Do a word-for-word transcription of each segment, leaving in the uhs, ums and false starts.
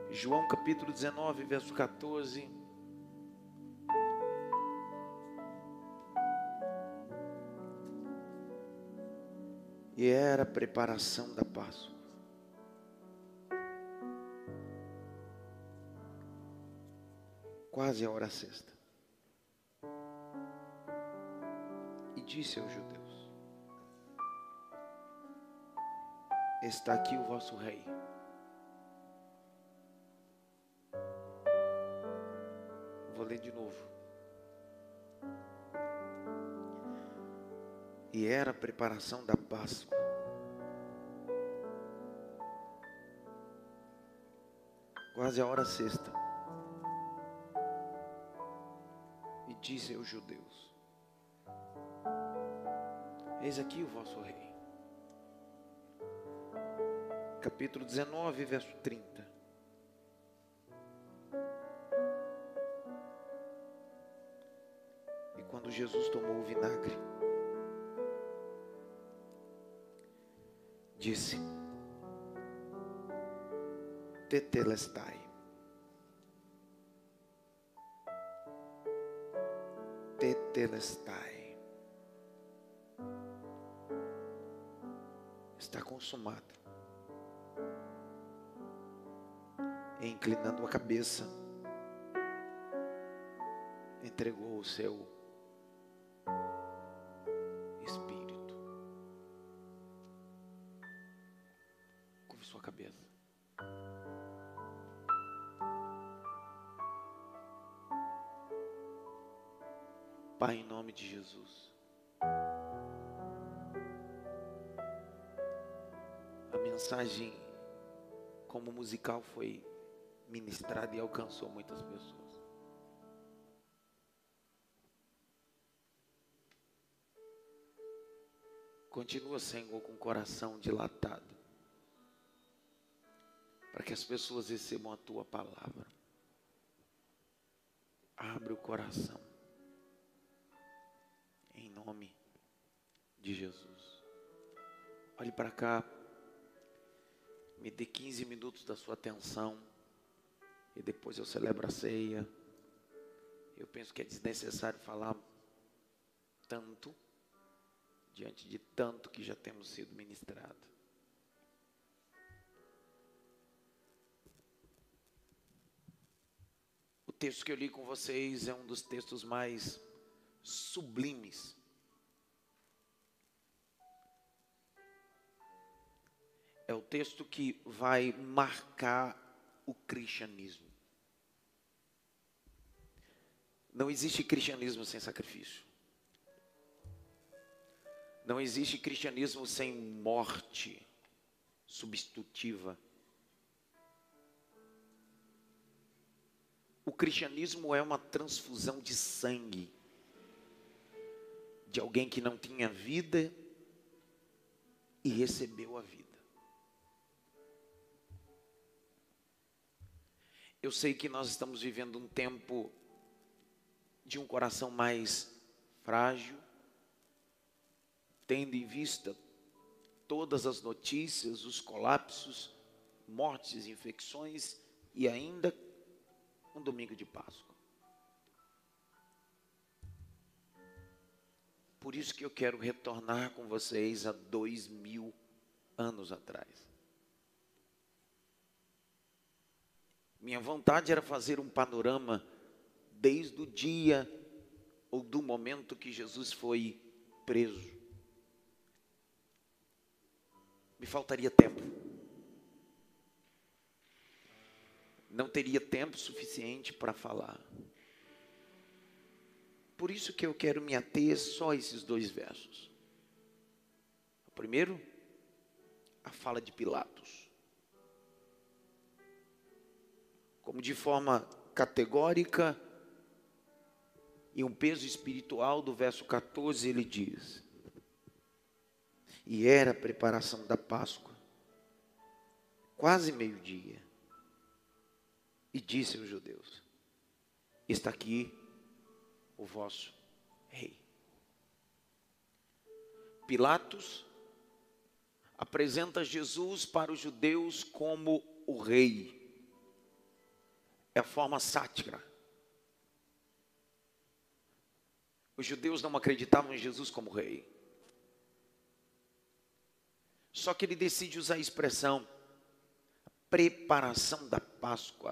João capítulo dezenove, verso quatorze. E era a preparação da Páscoa. Quase a hora sexta. E disse aos judeus: está aqui o vosso rei. Vou ler de novo. E era a preparação da Páscoa. Quase a hora sexta. E disse aos judeus: eis aqui o vosso rei. Capítulo dezenove, verso trinta. E quando Jesus tomou o vinagre, disse: tetelestai. Tetelestai. Está consumado. E inclinando a cabeça, entregou o seu espírito. Curva sua cabeça. Pai, em nome de Jesus, a mensagem como musical foi ministrada e alcançou muitas pessoas. Continua, Senhor, com o coração dilatado, para que as pessoas recebam a Tua palavra. Abre o coração. Em nome de Jesus. Olhe para cá. Me dê quinze minutos da sua atenção. E depois eu celebro a ceia. Eu penso que é desnecessário falar tanto, diante de tanto que já temos sido ministrado. O texto que eu li com vocês é um dos textos mais sublimes. É o texto que vai marcar o cristianismo. Não existe cristianismo sem sacrifício. Não existe cristianismo sem morte substitutiva. O cristianismo é uma transfusão de sangue de alguém que não tinha vida e recebeu a vida. Eu sei que nós estamos vivendo um tempo de um coração mais frágil, tendo em vista todas as notícias, os colapsos, mortes, infecções e ainda um domingo de Páscoa. Por isso que eu quero retornar com vocês a dois mil anos atrás. Minha vontade era fazer um panorama desde o dia ou do momento que Jesus foi preso. Me faltaria tempo. Não teria tempo suficiente para falar. Por isso que eu quero me ater só a esses dois versos. O primeiro, a fala de Pilatos. Como de forma categórica e um peso espiritual, do verso quatorze ele diz: e era a preparação da Páscoa, quase meio-dia, e disse aos judeus: está aqui o vosso rei. Pilatos apresenta Jesus para os judeus como o rei. é a forma sátira. Os judeus não acreditavam em Jesus como rei. Só que ele decide usar a expressão preparação da Páscoa.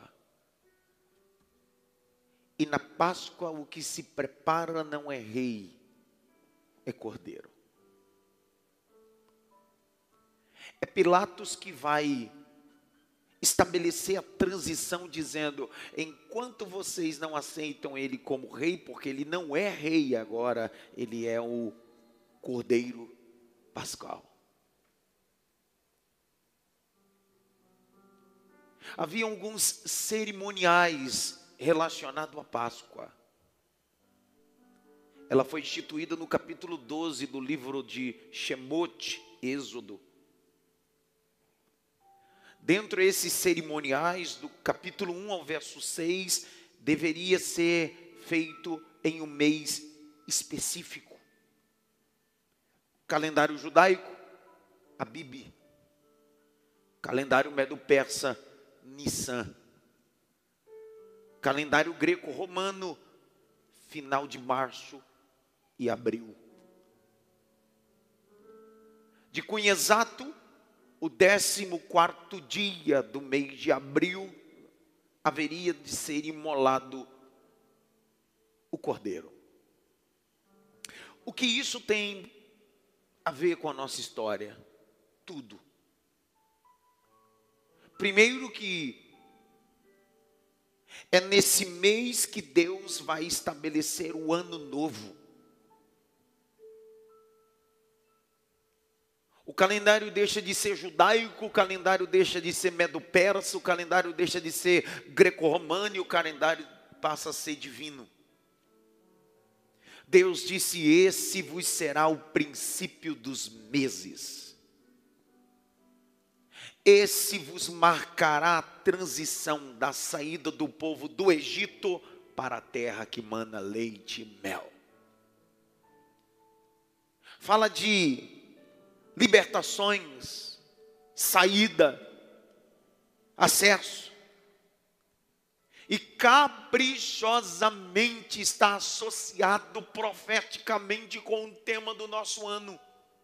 E na Páscoa o que se prepara não é rei, é cordeiro. É Pilatos que vai estabelecer a transição dizendo, enquanto vocês não aceitam ele como rei, porque ele não é rei agora, ele é o cordeiro pascal. Havia alguns cerimoniais relacionados à Páscoa. Ela foi instituída no capítulo doze do livro de Shemot, Êxodo. Dentro desses cerimoniais, do capítulo um ao verso seis, deveria ser feito em um mês específico. Calendário judaico, Abib. Calendário medo-persa, Nissan. Calendário greco-romano, final de março e abril. De cunho exato, o décimo quarto dia do mês de abril, haveria de ser imolado o cordeiro. O que isso tem a ver com a nossa história? Tudo. Primeiro que é nesse mês que Deus vai estabelecer o ano novo. O calendário deixa de ser judaico, o calendário deixa de ser medo-persa, o calendário deixa de ser greco-romano e o calendário passa a ser divino. Deus disse, esse vos será o princípio dos meses. Esse vos marcará a transição da saída do povo do Egito para a terra que mana leite e mel. Fala de libertações, saída, acesso. E caprichosamente está associado profeticamente com o tema do nosso ano.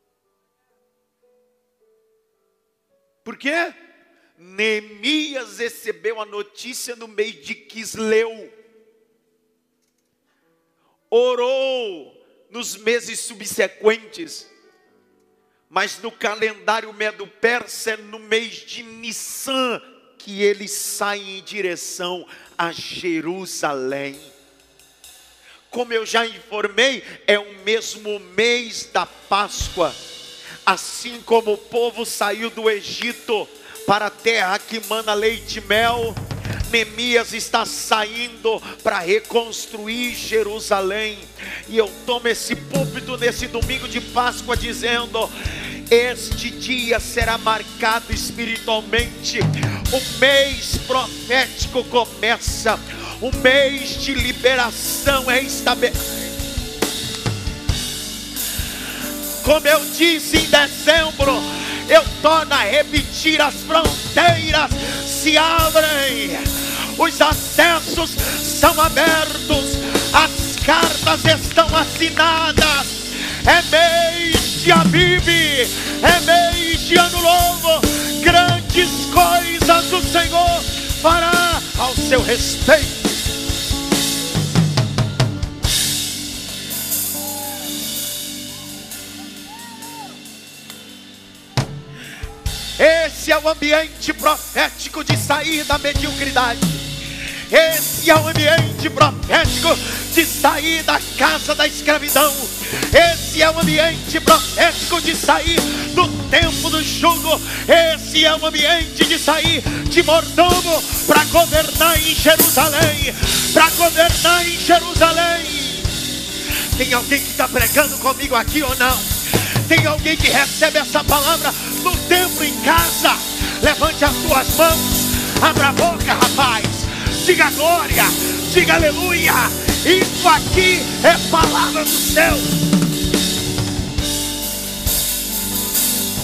Por quê? Neemias recebeu a notícia no mês de Quisleu. Orou nos meses subsequentes. Mas no calendário medo-persa é no mês de Nissan que eles saem em direção a Jerusalém. Como eu já informei, é o mesmo mês da Páscoa. Assim como o povo saiu do Egito para a terra que mana leite e mel, Neemias está saindo para reconstruir Jerusalém. E eu tomo esse púlpito nesse domingo de Páscoa dizendo, este dia será marcado espiritualmente. O mês profético começa. O mês de liberação é estabelecido. Como eu disse em dezembro, eu torno a repetir, as fronteiras se abrem, os acessos são abertos, as cartas estão assinadas. É mês de Abib, é mês de Ano Novo. Grandes coisas o Senhor fará ao seu respeito. Esse é o ambiente profético de sair da mediocridade. Esse é o ambiente profético de sair da casa da escravidão. Esse é o ambiente profético de sair do tempo do jugo. Esse é o ambiente de sair de mordomo para governar em Jerusalém. Para governar em Jerusalém. Tem alguém que está pregando comigo aqui ou não? Tem alguém que recebe essa palavra no templo, em casa? Levante as tuas mãos, abra a boca, rapaz, diga glória, diga aleluia. Isso aqui é palavra do céu.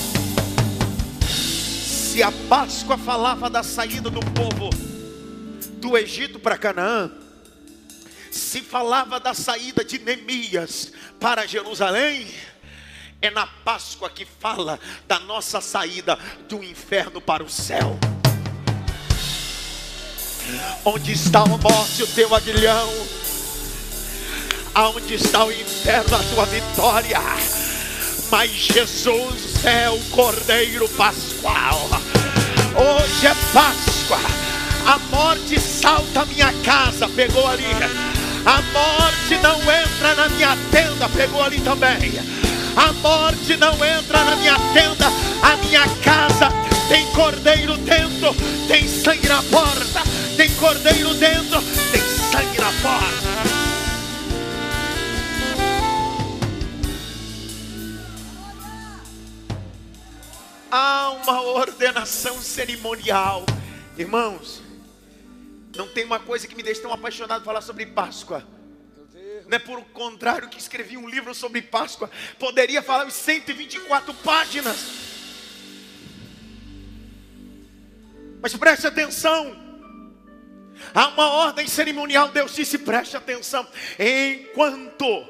Se a Páscoa falava da saída do povo, do Egito para Canaã, se falava da saída de Neemias para Jerusalém, é na Páscoa que fala da nossa saída do inferno para o céu. Onde está a morte, o teu aguilhão? Aonde está o inferno, a tua vitória? Mas Jesus é o Cordeiro Pascual. Hoje é Páscoa. A morte salta a minha casa, pegou ali. A morte não entra na minha tenda, pegou ali também. A morte não entra na minha tenda. A minha casa tem cordeiro dentro, tem sangue na porta. Tem cordeiro dentro, tem sangue na porta. Há uma ordenação cerimonial. Irmãos, não tem uma coisa que me deixa tão apaixonado falar sobre Páscoa. Não é por contrário que escrevi um livro sobre Páscoa. Poderia falar em cento e vinte e quatro páginas. Mas preste atenção. Há uma ordem cerimonial. Deus disse, preste atenção. Enquanto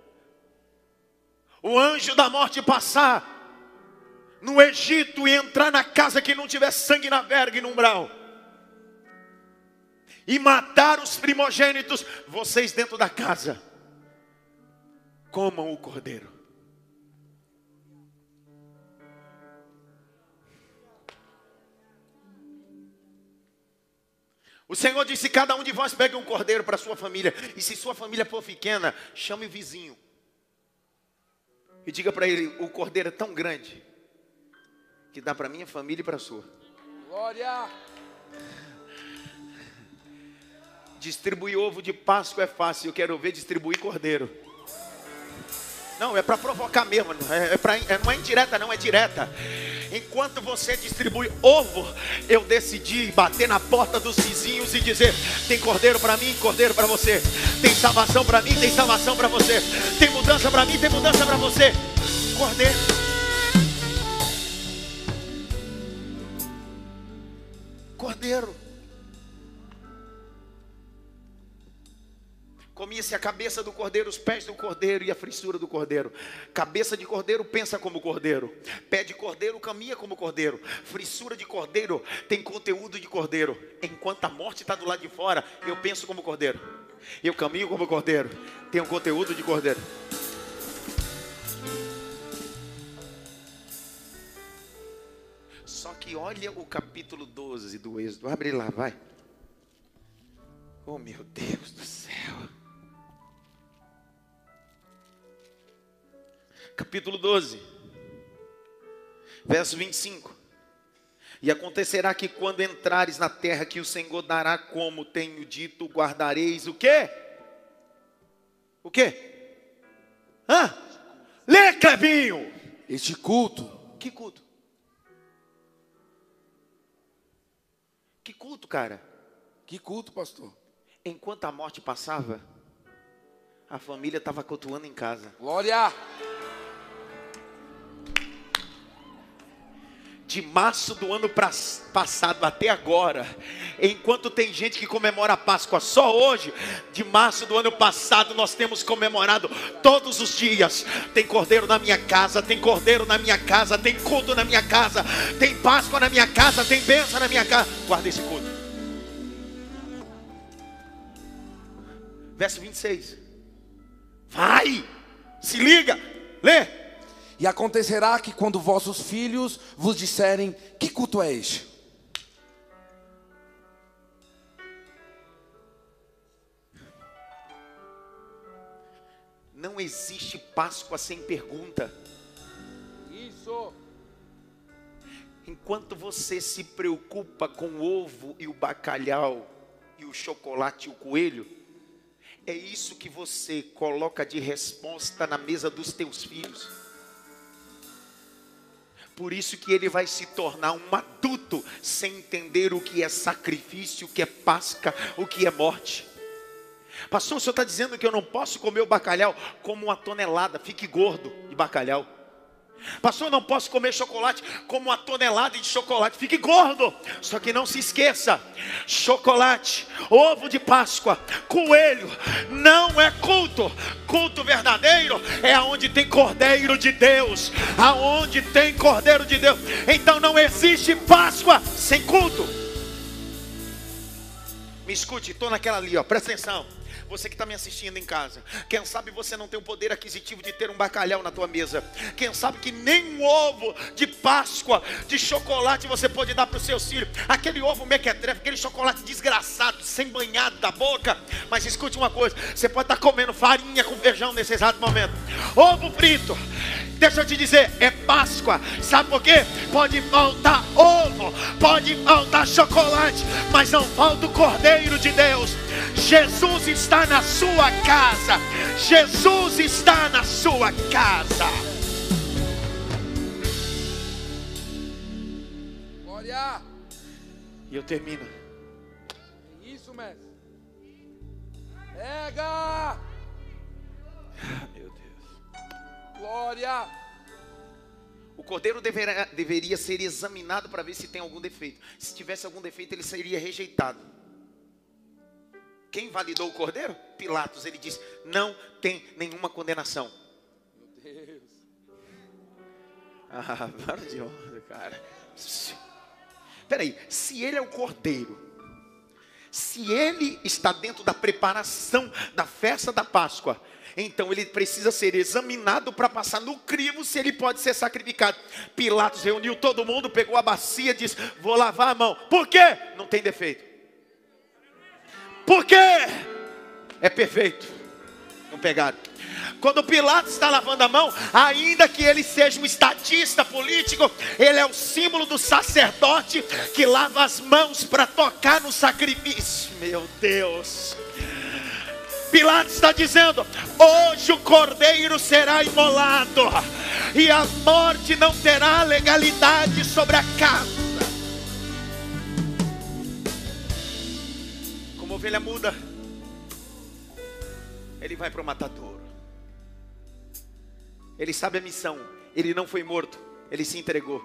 o anjo da morte passar no Egito e entrar na casa que não tiver sangue na verga e no umbral, e matar os primogênitos, vocês dentro da casa comam o cordeiro. O Senhor disse, cada um de vós pegue um cordeiro para sua família. E se sua família for pequena, chame o vizinho. E diga para ele, o cordeiro é tão grande que dá para minha família e para a sua. Glória! Distribuir ovo de Páscoa é fácil, eu quero ver distribuir cordeiro. Não, é para provocar mesmo, é, é pra, é, não é indireta não, é direta. Enquanto você distribui ovo, eu decidi bater na porta dos vizinhos e dizer, tem cordeiro para mim, cordeiro para você. Tem salvação para mim, tem salvação para você. Tem mudança para mim, tem mudança para você. Cordeiro. Cordeiro. Comia-se a cabeça do cordeiro, os pés do cordeiro e a frissura do cordeiro. Cabeça de cordeiro pensa como cordeiro. Pé de cordeiro caminha como cordeiro. Frissura de cordeiro tem conteúdo de cordeiro. Enquanto a morte está do lado de fora, eu penso como cordeiro. Eu caminho como cordeiro. Tenho conteúdo de cordeiro. Só que olha o capítulo doze do Êxodo. Abre lá, vai. Oh meu Deus do céu. Capítulo doze, verso vinte e cinco. E acontecerá que quando entrares na terra que o Senhor dará, como tenho dito, guardareis o quê? O quê? Hã? Lê, Clebinho! Este culto. Que culto? Que culto, cara? Que culto, pastor? Enquanto a morte passava, a família estava cultuando em casa. Glória! De março do ano passado até agora, enquanto tem gente que comemora a Páscoa só hoje, de março do ano passado nós temos comemorado todos os dias. Tem cordeiro na minha casa, tem cordeiro na minha casa, tem culto na minha casa, tem Páscoa na minha casa, tem bênção na minha casa. Guarda esse culto. Verso vinte e seis. Vai, se liga, lê. E acontecerá que quando vossos filhos vos disserem, que culto é este? Não existe Páscoa sem pergunta. Isso. Enquanto você se preocupa com o ovo e o bacalhau e o chocolate e o coelho, é isso que você coloca de resposta na mesa dos teus filhos. Por isso que ele vai se tornar um adulto sem entender o que é sacrifício, o que é Páscoa, o que é morte. Pastor, o senhor está dizendo que eu não posso comer o bacalhau como uma tonelada, fique gordo de bacalhau. Pastor, eu não posso comer chocolate como uma tonelada de chocolate. Fique gordo. Só que não se esqueça: chocolate, ovo de Páscoa, coelho, não é culto. Culto verdadeiro é aonde tem Cordeiro de Deus. Aonde tem Cordeiro de Deus. Então não existe Páscoa sem culto. Me escute, estou naquela ali, ó, presta atenção. Você que está me assistindo em casa, quem sabe você não tem o poder aquisitivo de ter um bacalhau na tua mesa. Quem sabe que nem um ovo de Páscoa, de chocolate você pode dar para os seus filhos. Aquele ovo mequetrefe, aquele chocolate desgraçado, sem banhado da boca. Mas escute uma coisa, você pode estar comendo farinha com feijão nesse exato momento. Ovo frito, deixa eu te dizer, é Páscoa. Sabe por quê? Pode faltar ovo, pode faltar chocolate, mas não falta o Cordeiro de Deus. Jesus está na sua casa. Jesus está na sua casa. Glória. E eu termino. Isso, mestre. Pega. Ah, meu Deus. Glória. O cordeiro deverá, deveria ser examinado para ver se tem algum defeito. Se tivesse algum defeito, ele seria rejeitado. Quem validou o cordeiro? Pilatos. Ele disse: não tem nenhuma condenação. Meu Deus. Ah, para de onda, cara. Peraí, se ele é o cordeiro, se ele está dentro da preparação da festa da Páscoa, então ele precisa ser examinado para passar no crivo se ele pode ser sacrificado. Pilatos reuniu todo mundo, pegou a bacia e disse: vou lavar a mão. Por quê? Não tem defeito. Por quê? É perfeito. Não pegaram. Quando Pilatos está lavando a mão, ainda que ele seja um estadista político, ele é o símbolo do sacerdote que lava as mãos para tocar no sacrifício. Meu Deus. Pilatos está dizendo: hoje o cordeiro será imolado e a morte não terá legalidade sobre a casa. Como ovelha muda, ele vai para o matadouro. Ele sabe a missão. Ele não foi morto, ele se entregou.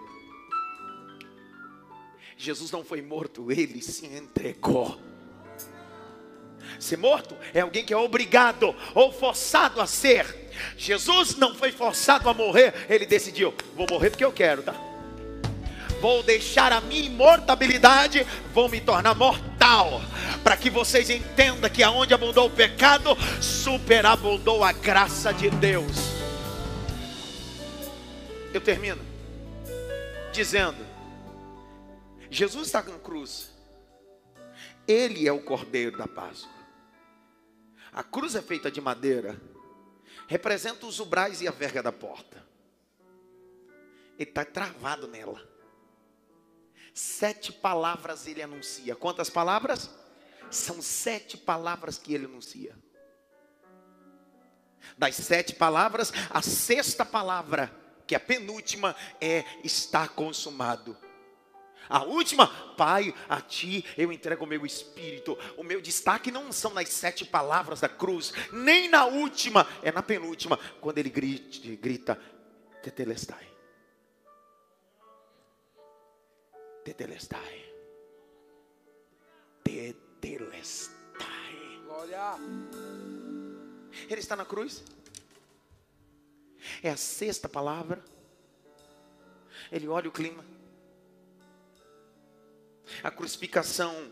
Jesus não foi morto, ele se entregou. Ser morto é alguém que é obrigado ou forçado a ser. Jesus não foi forçado a morrer. Ele decidiu: vou morrer porque eu quero, tá? Vou deixar a minha imortabilidade, vou me tornar mortal, para que vocês entendam que aonde abundou o pecado, superabundou a graça de Deus. Eu termino dizendo: Jesus está na cruz. Ele é o Cordeiro da Páscoa. A cruz é feita de madeira, representa os umbrais e a verga da porta. Ele está travado nela. Sete palavras ele anuncia. Quantas palavras? São sete palavras que ele anuncia. Das sete palavras, a sexta palavra, que é a penúltima, é: está consumado. A última: Pai, a ti eu entrego o meu espírito. O meu destaque não são nas sete palavras da cruz, nem na última, é na penúltima, quando ele grita, grita Tetelestai. Tetelestai. Tetelestai. Glória. Ele está na cruz. É a sexta palavra. Ele olha o clima. A crucificação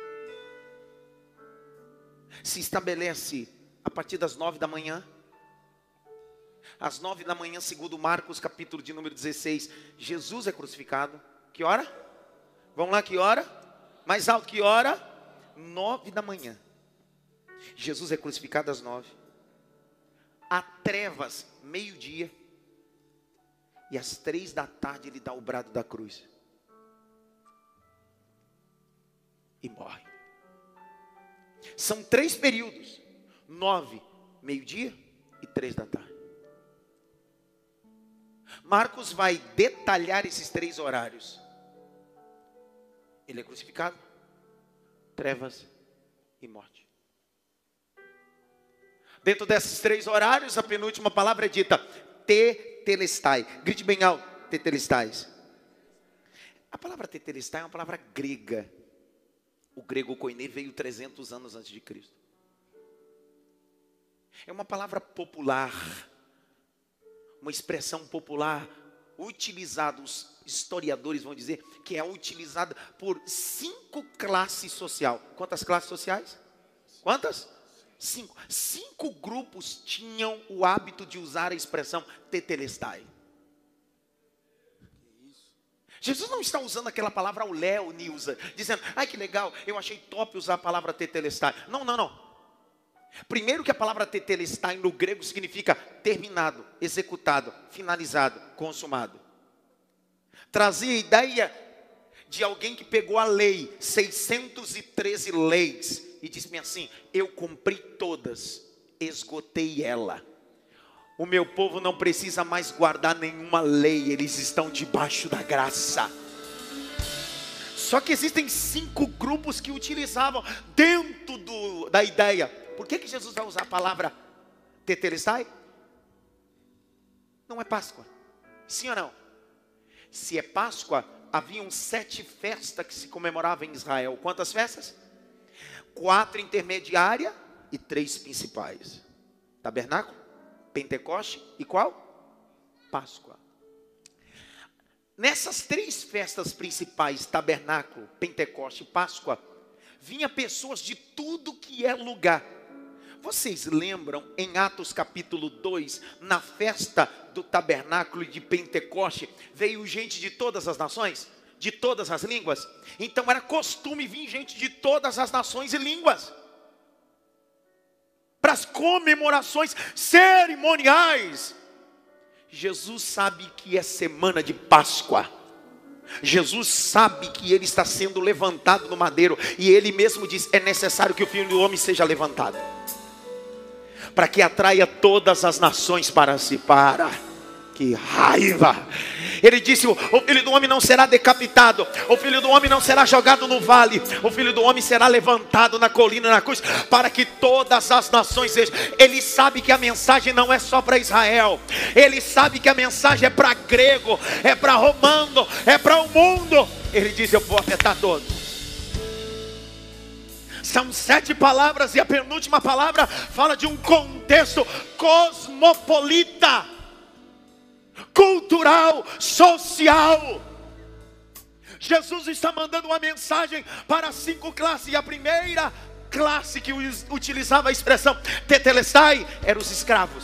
se estabelece a partir das nove da manhã. Às nove da manhã, segundo Marcos, capítulo de número dezesseis, Jesus é crucificado. Que hora? Vamos lá, que hora? Mais alto, que hora? Nove da manhã. Jesus é crucificado às nove. Há trevas, meio-dia. E às três da tarde ele dá o brado da cruz. E morre. São três períodos: nove, meio-dia e três da tarde. Marcos vai detalhar esses três horários. Ele é crucificado, trevas e morte. Dentro desses três horários, a penúltima palavra é dita: te tetelestai. Grite bem alto, tetelestais. A palavra tetelestai é uma palavra grega. O grego koiné veio trezentos anos antes de Cristo. É uma palavra popular, uma expressão popular, utilizada, os historiadores vão dizer, que é utilizada por cinco classes sociais. Quantas classes sociais? Quantas? Cinco. Cinco grupos tinham o hábito de usar a expressão tetelestai. Jesus não está usando aquela palavra ao léu, Nilza, dizendo, ai que legal, eu achei top usar a palavra tetelestai. Não, não, não. Primeiro que a palavra tetelestai no grego significa terminado, executado, finalizado, consumado. Trazia a ideia de alguém que pegou a lei, seiscentas e treze leis, e disse-me assim, eu cumpri todas, esgotei ela. O meu povo não precisa mais guardar nenhuma lei, eles estão debaixo da graça. Só que existem cinco grupos que utilizavam dentro do, da ideia. Por que que Jesus vai usar a palavra tetelestai? Não é Páscoa. Sim ou não? Se é Páscoa, haviam sete festas que se comemoravam em Israel. Quantas festas? Quatro intermediárias e três principais. Tabernáculo, Pentecoste e qual? Páscoa. Nessas três festas principais, Tabernáculo, Pentecoste e Páscoa, vinha pessoas de tudo que é lugar. Vocês lembram em Atos capítulo dois, na festa do tabernáculo de Pentecoste, veio gente de todas as nações, de todas as línguas? Então era costume vir gente de todas as nações e línguas para as comemorações cerimoniais. Jesus sabe que é semana de Páscoa. Jesus sabe que ele está sendo levantado no madeiro, e ele mesmo diz, é necessário que o Filho do Homem seja levantado, para que atraia todas as nações para si. Para, que raiva! Ele disse, o Filho do Homem não será decapitado, o Filho do Homem não será jogado no vale, o Filho do Homem será levantado na colina, na cruz, para que todas as nações vejam. Ele sabe que a mensagem não é só para Israel, ele sabe que a mensagem é para grego, é para romano, é para o mundo. Ele diz, eu vou afetar todos. São sete palavras, e a penúltima palavra fala de um contexto cosmopolita, cultural, social. Jesus está mandando uma mensagem para cinco classes, e a primeira classe que utilizava a expressão tetelestai eram os escravos.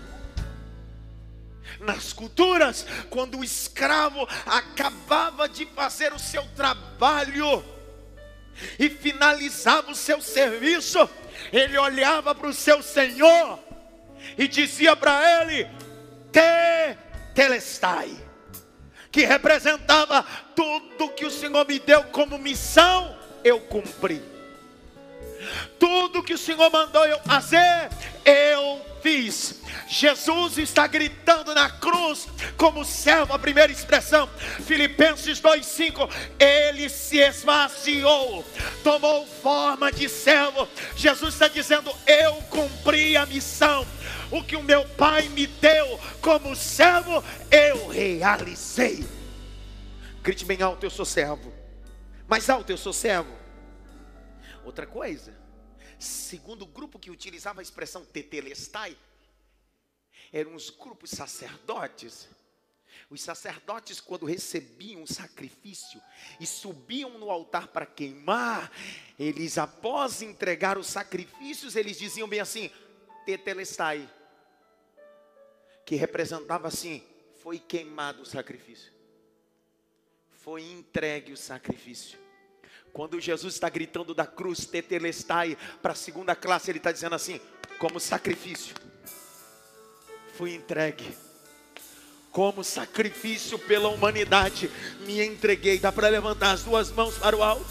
Nas culturas, quando o escravo acabava de fazer o seu trabalho e finalizava o seu serviço, ele olhava para o seu senhor e dizia para ele, tetelestai, que representava tudo que o Senhor me deu como missão, eu cumpri. Tudo que o Senhor mandou eu fazer, eu fiz. Jesus está gritando na cruz como servo, a primeira expressão, Filipenses dois, cinco, ele se esvaziou, tomou forma de servo. Jesus está dizendo, eu cumpri a missão, o que o meu Pai me deu como servo, eu realizei. Grite bem alto, eu sou servo. Mais alto, eu sou servo. Outra coisa, segundo o grupo que utilizava a expressão tetelestai, eram os grupos sacerdotes. Os sacerdotes, quando recebiam um sacrifício e subiam no altar para queimar, eles, após entregar os sacrifícios, eles diziam bem assim, tetelestai, que representava assim, foi queimado o sacrifício, foi entregue o sacrifício. Quando Jesus está gritando da cruz, tetelestai, para a segunda classe, ele está dizendo assim, como sacrifício, fui entregue, como sacrifício pela humanidade, me entreguei. Dá para levantar as duas mãos para o alto?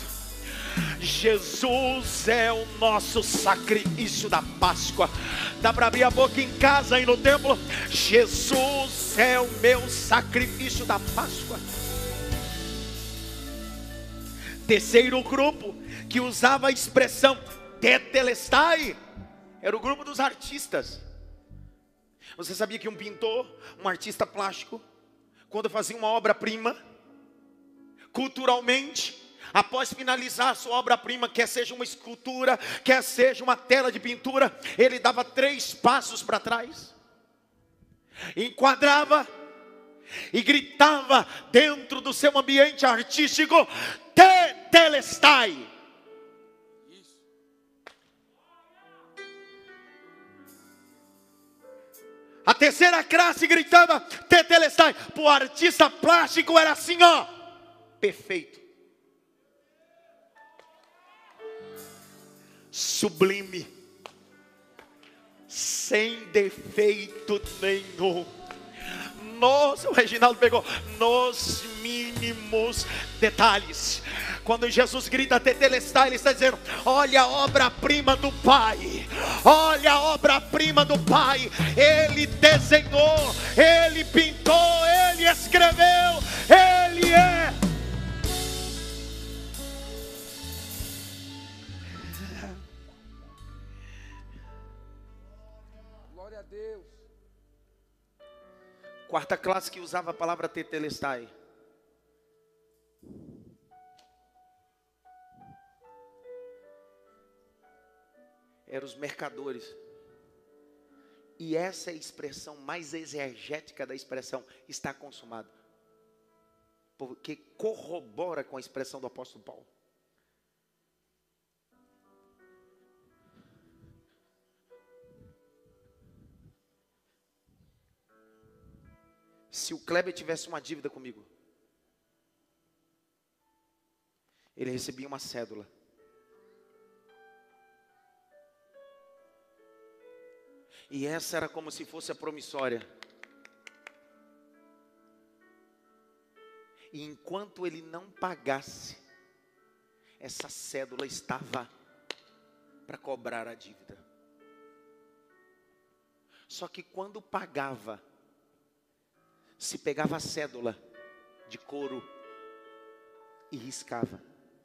Jesus é o nosso sacrifício da Páscoa. Dá para abrir a boca em casa e no templo? Jesus é o meu sacrifício da Páscoa. Terceiro grupo que usava a expressão tetelestai era o grupo dos artistas. Você sabia que um pintor, um artista plástico, quando fazia uma obra-prima, culturalmente, após finalizar a sua obra-prima, quer seja uma escultura, quer seja uma tela de pintura, ele dava três passos para trás, enquadrava e gritava dentro do seu ambiente artístico: Tetelestai. A terceira classe gritava Tetelestai. Para o artista plástico era assim, ó, perfeito, sublime, sem defeito nenhum. Nossa, o Reginaldo pegou nos mínimos detalhes. Quando Jesus grita Tetelestai, ele está dizendo: olha a obra-prima do Pai, olha a obra-prima do Pai. Ele desenhou, ele pintou, ele escreveu, ele é. Glória a Deus. Quarta classe que usava a palavra Tetelestai. Eram os mercadores. E essa é a expressão mais exegética da expressão está consumado, porque corrobora com a expressão do apóstolo Paulo. Se o Kleber tivesse uma dívida comigo, ele recebia uma cédula. E essa era como se fosse a promissória. E enquanto ele não pagasse, essa cédula estava para cobrar a dívida. Só que quando pagava, se pegava a cédula de couro e riscava.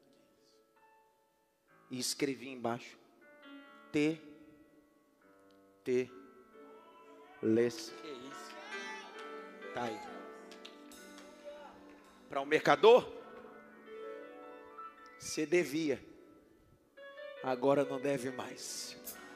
E escrevia embaixo: T, T, Les. Que isso? Tá aí. Para o mercador, você devia, agora não deve mais.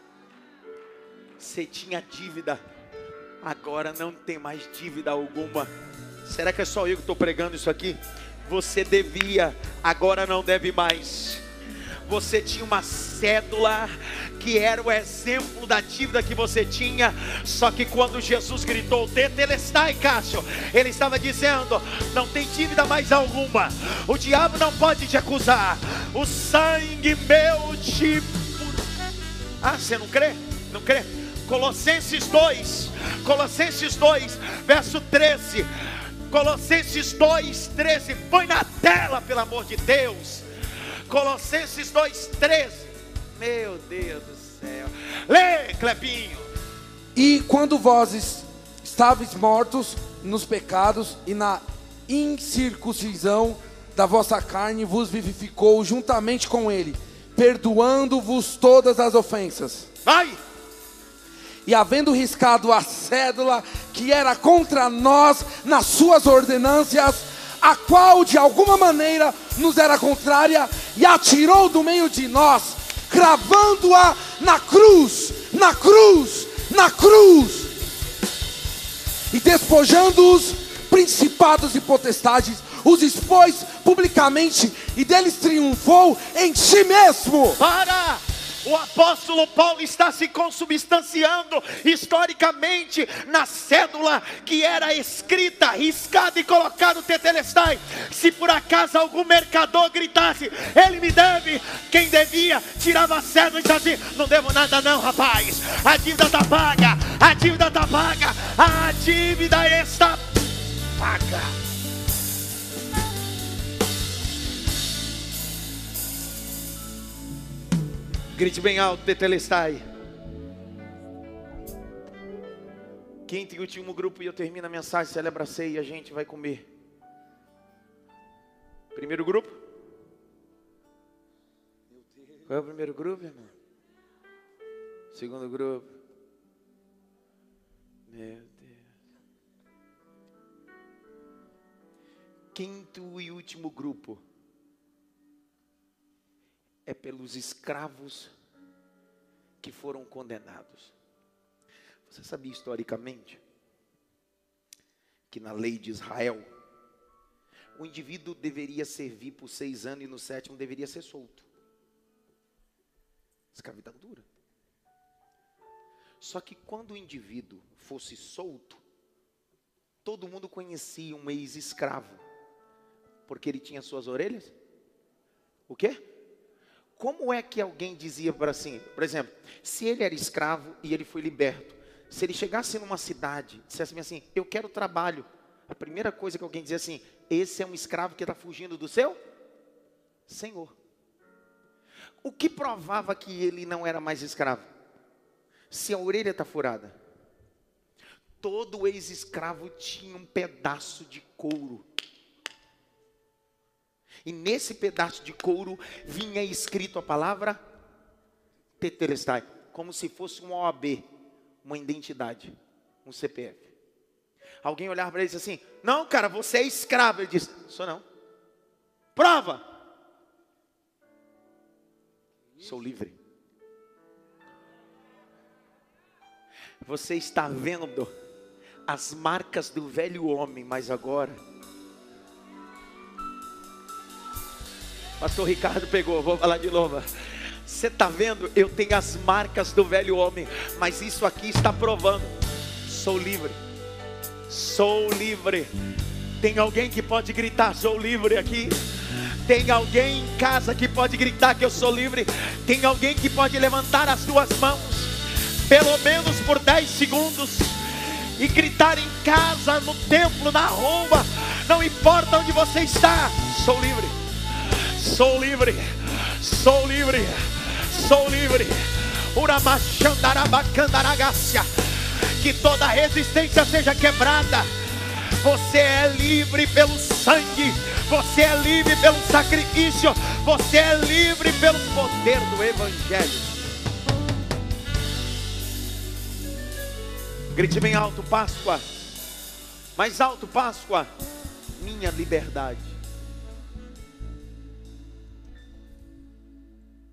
Você tinha dívida, agora não tem mais dívida alguma. Será que é só eu que estou pregando isso aqui? Você devia, agora não deve mais. Você tinha uma cédula que era o exemplo da dívida que você tinha. Só que quando Jesus gritou Tetelestai, Cássio, ele estava dizendo: não tem dívida mais alguma. O diabo não pode te acusar. O sangue meu te... Ah, você não crê? Não crê? Colossenses dois, Colossenses dois, verso treze. Colossenses dois, treze. Põe na tela, pelo amor de Deus. Colossenses dois, treze. Meu Deus do céu. Lê, Clepinho. E quando vós estáveis mortos nos pecados e na incircuncisão da vossa carne, vos vivificou juntamente com ele, perdoando-vos todas as ofensas. Vai. E havendo riscado a cédula que era contra nós nas suas ordenâncias, a qual de alguma maneira nos era contrária, e atirou do meio de nós, cravando-a na cruz, na cruz, na cruz, e despojando os principados e potestades, os expôs publicamente, e deles triunfou em si mesmo. Para! O apóstolo Paulo está se consubstanciando historicamente na cédula que era escrita, riscada e colocada no Tetelestai. Se por acaso algum mercador gritasse, ele me deve, quem devia tirava a cédula e dizia assim: não devo nada não, rapaz, a dívida está paga, a dívida está paga, a dívida está paga. Grite bem alto, Tetelestai. Quinto e último grupo, e eu termino a mensagem, celebra a ceia e a gente vai comer. Primeiro grupo? Qual é o primeiro grupo, irmão? Segundo grupo? Meu Deus. Quinto e último grupo é pelos escravos que foram condenados. Você sabia historicamente que na lei de Israel o indivíduo deveria servir por seis anos e no sétimo deveria ser solto? Escravidão dura. Só que quando o indivíduo fosse solto, todo mundo conhecia um ex-escravo, porque ele tinha suas orelhas. O quê? Como é que alguém dizia para assim, por exemplo, se ele era escravo e ele foi liberto, se ele chegasse numa cidade, dissesse assim, eu quero trabalho, a primeira coisa que alguém dizia assim, esse é um escravo que está fugindo do seu senhor. O que provava que ele não era mais escravo? Se a orelha está furada. Todo ex-escravo tinha um pedaço de couro. E nesse pedaço de couro vinha escrito a palavra tetelestai, como se fosse uma O A B, uma identidade, um C P F. Alguém olhava para ele e disse assim, não cara, você é escravo. Ele disse, sou não. Prova. Sou livre. Você está vendo as marcas do velho homem, mas agora... Pastor Ricardo pegou, vou falar de novo. Você está vendo? Eu tenho as marcas do velho homem, mas isso aqui está provando. Sou livre. Sou livre. Tem alguém que pode gritar, sou livre aqui? Tem alguém em casa que pode gritar que eu sou livre? Tem alguém que pode levantar as duas mãos, pelo menos por dez segundos, e gritar em casa, no templo, na rua, não importa onde você está, sou livre. Sou livre, sou livre, sou livre. Que toda resistência seja quebrada. Você é livre pelo sangue, você é livre pelo sacrifício, você é livre pelo poder do Evangelho. Grite bem alto, Páscoa. Mais alto, Páscoa. Minha liberdade.